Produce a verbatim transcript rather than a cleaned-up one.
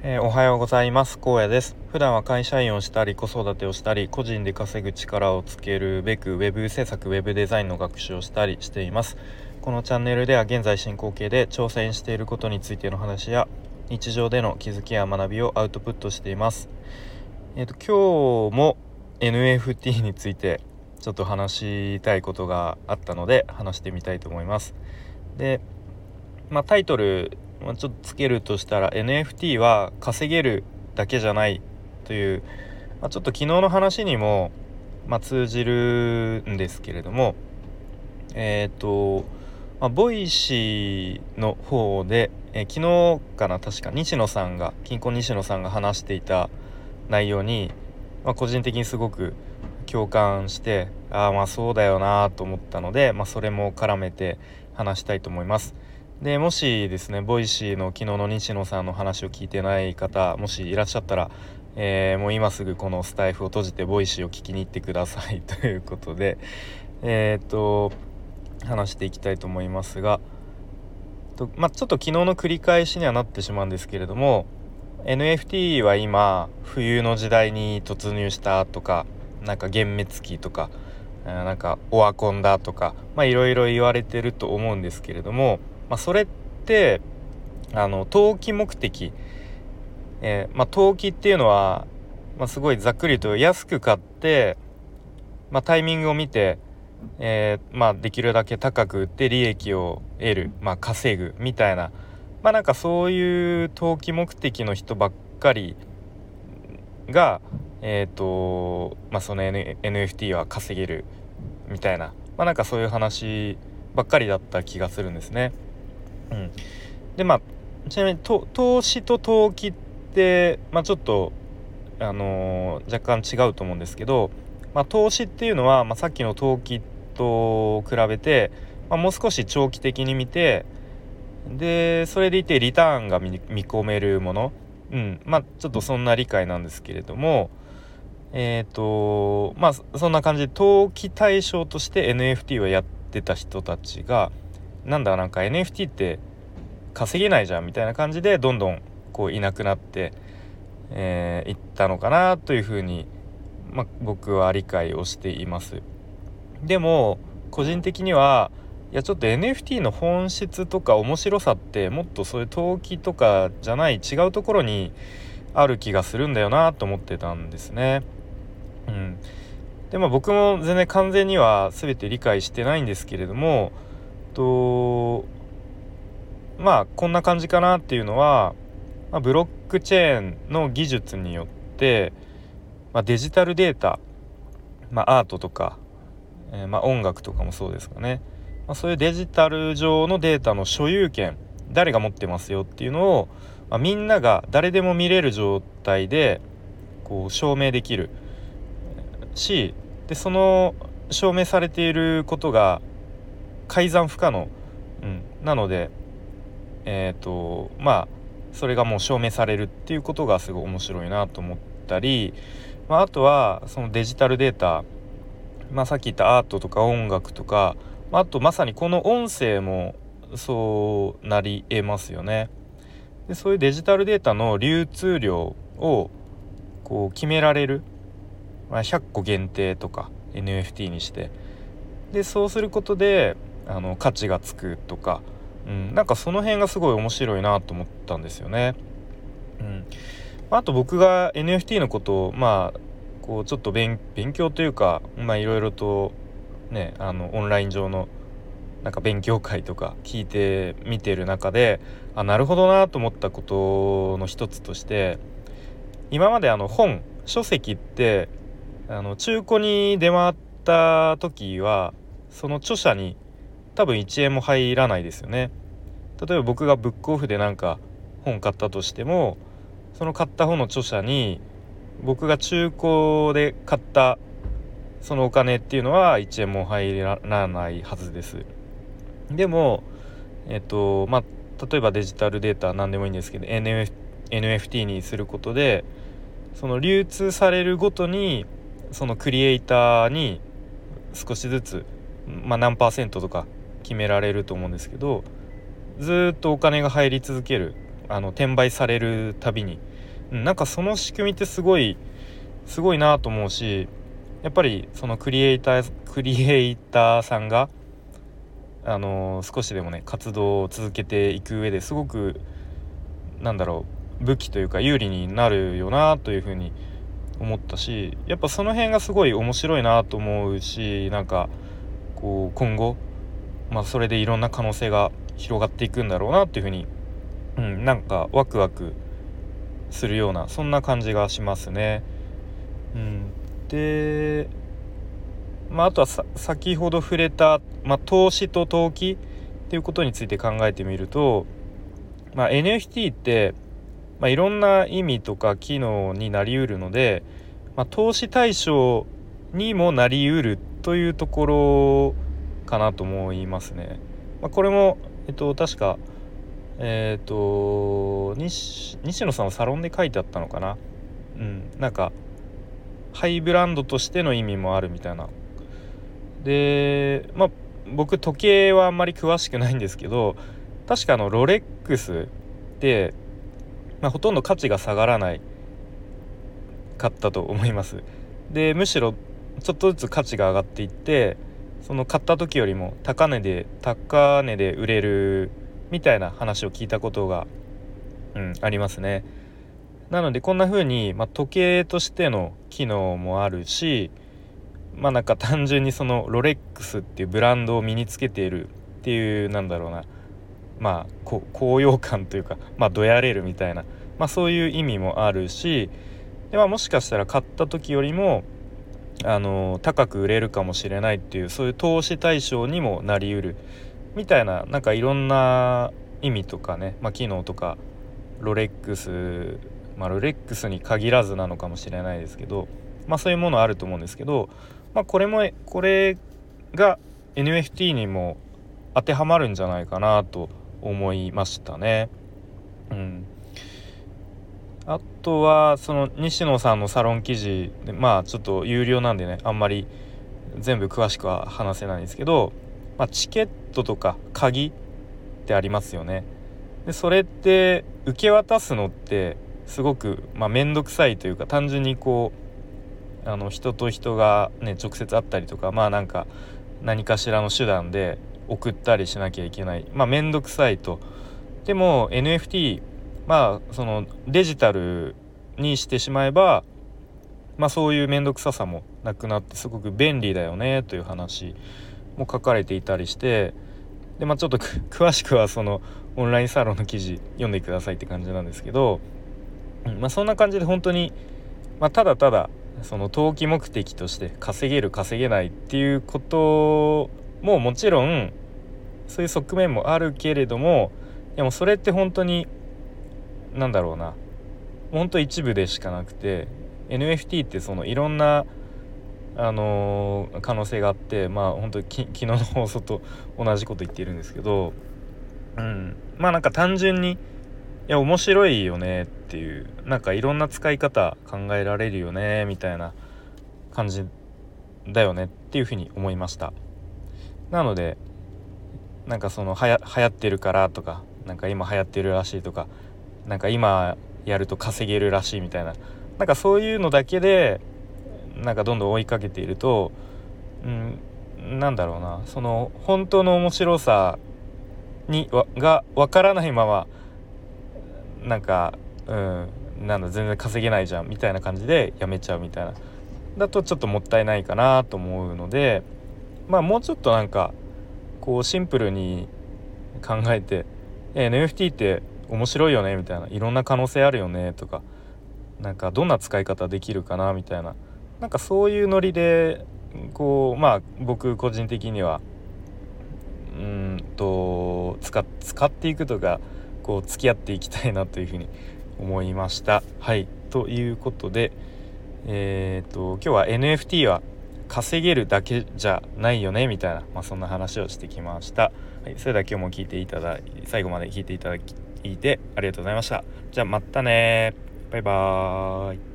えーおはようございます。荒野です。普段は会社員をしたり子育てをしたり個人で稼ぐ力をつけるべくウェブ制作ウェブデザインの学習をしたりしています。このチャンネルでは現在進行形で挑戦していることについての話や日常での気づきや学びをアウトプットしています。えーと今日も エヌエフティー についてちょっと話したいことがあったので話してみたいと思います。でまあ、タイトル、まあ、ちょっとつけるとしたら エヌエフティー は稼げるだけじゃないという、まあ、ちょっと昨日の話にも、まあ、通じるんですけれどもえっ、と、まあ、ボイシーの方で、えー昨日かな確か西野さんが金婚西野さんが話していた内容に、まあ、個人的にすごく共感してああまあそうだよなと思ったので、まあ、それも絡めて話したいと思います。でもしですねボイシーの昨日の西野さんの話を聞いてない方もしいらっしゃったら、えーもう今すぐこのスタイフを閉じてボイシーを聞きに行ってくださいということでえーっと話していきたいと思いますがと、まあ、ちょっと昨日の繰り返しにはなってしまうんですけれども エヌエフティー は今冬の時代に突入したとかなんか幻滅期とかあーなんかオワコンだとかまあいろいろ言われてると思うんですけれども、まあ、それってあの投機目的、えーまあ、投機っていうのは、まあ、すごいざっくりと安く買って、まあ、タイミングを見てえーまあ、できるだけ高く売って利益を得る、まあ、稼ぐみたいな、まあ、なんかそういう投機目的の人ばっかりが、えーとまあ、その N- エヌエフティー は稼げるみたいな、まあ、なんかそういう話ばっかりだった気がするんですね。うん、でまあちなみにと投資と投機って、まあ、ちょっと、あのー若干違うと思うんですけど、まあ、投資っていうのは、まあ、さっきの投機と比べて、まあ、もう少し長期的に見てでそれでいてリターンが見、見込めるもの、うん、まあちょっとそんな理解なんですけれどもえっ、とまあそんな感じで投機対象として エヌエフティー をやってた人たちがなんだなんか エヌエフティー って稼げないじゃんみたいな感じでどんどんこういなくなって、えー、いったのかなというふうに、まあ、僕は理解をしています。でも個人的にはいやちょっと エヌエフティー の本質とか面白さってもっとそういう投機とかじゃない違うところにある気がするんだよなと思ってたんですね。うん、でまあ僕も全然完全には全て理解してないんですけれどもとまあこんな感じかなっていうのは、まあ、ブロックチェーンの技術によって、まあ、デジタルデータ、まあ、アートとかえーまあ、音楽とかもそうですかね、まあ、そういうデジタル上のデータの所有権誰が持ってますよっていうのを、まあ、みんなが誰でも見れる状態でこう証明できるしでその証明されていることが改ざん不可能、うん、なのでえっとまあそれがもう証明されるっていうことがすごい面白いなと思ったり、まあ、あとはそのデジタルデータまあ、さっき言ったアートとか音楽とか、まあ、あとまさにこの音声もそうなり得ますよね。でそういうデジタルデータの流通量をこう決められる、まあ、ひゃっこ限定とか エヌエフティー にしてでそうすることであの価値がつくとか、うん、なんかその辺がすごい面白いなと思ったんですよね。うん、あと僕が エヌエフティー のことをまあこうちょっと勉、勉強というかまあいろいろとねあのオンライン上のなんか勉強会とか聞いて見てる中であなるほどなと思ったことの一つとして今まであの本書籍ってあの中古に出回った時はその著者に多分いちえんも入らないですよね。例えば僕がブックオフでなんか本買ったとしてもその買った本の著者に僕が中古で買ったそのお金っていうのはいちえんも入らないはずです。でもえっとまあ例えばデジタルデータ何でもいいんですけど エヌエフ、エヌエフティー にすることでその流通されるごとにそのクリエイターに少しずつ、まあ、何パーセントとか決められると思うんですけどずっとお金が入り続けるあの転売されるたびにうんなんかその仕組みってすごいすごいなと思うし、やっぱりそのクリエイタークリエイターさんがあのー少しでもね活動を続けていく上ですごくなんだろう武器というか有利になるよなというふうに思ったし、やっぱその辺がすごい面白いなと思うし、なんかこう今後、まあ、それでいろんな可能性が広がっていくんだろうなっていうふうに、うん、なんかワクワクするようなそんな感じがしますね。うん、で、まあ、あとはさ先ほど触れた、まあ、投資と投機っていうことについて考えてみると、まあ、エヌエフティー って、まあ、いろんな意味とか機能になりうるので、まあ、投資対象にもなりうるというところかなと思いますね。まあ、これも、えっと、確か、えっと、西、西野さんのサロンで書いてあったのかな。うん、なんかハイブランドとしての意味もあるみたいな。で、まあ僕時計はあんまり詳しくないんですけど、確かあのロレックスって、まあ、ほとんど価値が下がらないかったと思います。でむしろちょっとずつ価値が上がっていって、その買った時よりも高値で高値で売れるみたいな話を聞いたことが、うん、ありますね。なのでこんな風に、まあ、時計としての機能もあるし、まあなんか単純にそのロレックスっていうブランドを身につけているっていう、なんだろうな、まあこ高揚感というか、まあどやれるみたいな、まあそういう意味もあるし、で、まあ、もしかしたら買った時よりもあの高く売れるかもしれないっていう、そういう投資対象にもなりうるみたいな、なんかいろんな意味とかね、まあ、機能とかロレックス、まあ、ロレックスに限らずなのかもしれないですけど、まあそういうものあると思うんですけど、まあこれもこれが エヌエフティー にも当てはまるんじゃないかなと思いましたね。うん。あとはその西野さんのサロン記事で、まあちょっと有料なんでねあんまり全部詳しくは話せないんですけど、まあ、チケットとか鍵ってありますよね。でそれって受け渡すのってすごくまあ面倒くさいというか、単純にこうあの人と人がね直接会ったりとか、まあなんか何かしらの手段で送ったりしなきゃいけない、まあ面倒くさいと。でも エヌエフティー、まあそのデジタルにしてしまえば、まあそういう面倒くささもなくなってすごく便利だよねという話も書かれていたりして、でまあちょっと詳しくはそのオンラインサロンの記事読んでくださいって感じなんですけど、うん、まあそんな感じで本当に、まあ、ただただその投機目的として稼げる稼げないっていうことももちろんそういう側面もあるけれども、でもそれって本当になんだろうな、本当一部でしかなくて、 エヌエフティー ってそのいろんなあのー可能性があって、まあ本当にき昨日の放送と同じこと言っているんですけど、うん、まあなんか単純にいや面白いよねっていう、なんかいろんな使い方考えられるよねみたいな感じだよねっていうふうに思いました。なのでなんかそのはや流行ってるからとか、なんか今流行ってるらしいとか、なんか今やると稼げるらしいみたいな、なんかそういうのだけでなんかどんどん追いかけていると、うん、なんだろうな、その本当の面白さにわが分からないまま、なんか、うん、なんだ全然稼げないじゃんみたいな感じでやめちゃうみたいな、だとちょっともったいないかなと思うので、まあもうちょっとなんかこうシンプルに考えて エヌエフティー って面白いよねみたいな、いろんな可能性あるよねとか、なんかどんな使い方できるかなみたいな、なんかそういうノリでこうまあ僕個人的にはうーんと使, 使っていくとかこう付き合っていきたいなというふうに思いました。はい、ということで、えー、と今日は エヌエフティー は稼げるだけじゃないよねみたいな、まあ、そんな話をしてきました。はい、それでは今日も聞いていただ最後まで聞いていただいてありがとうございました。じゃあまたね、バイバーイ。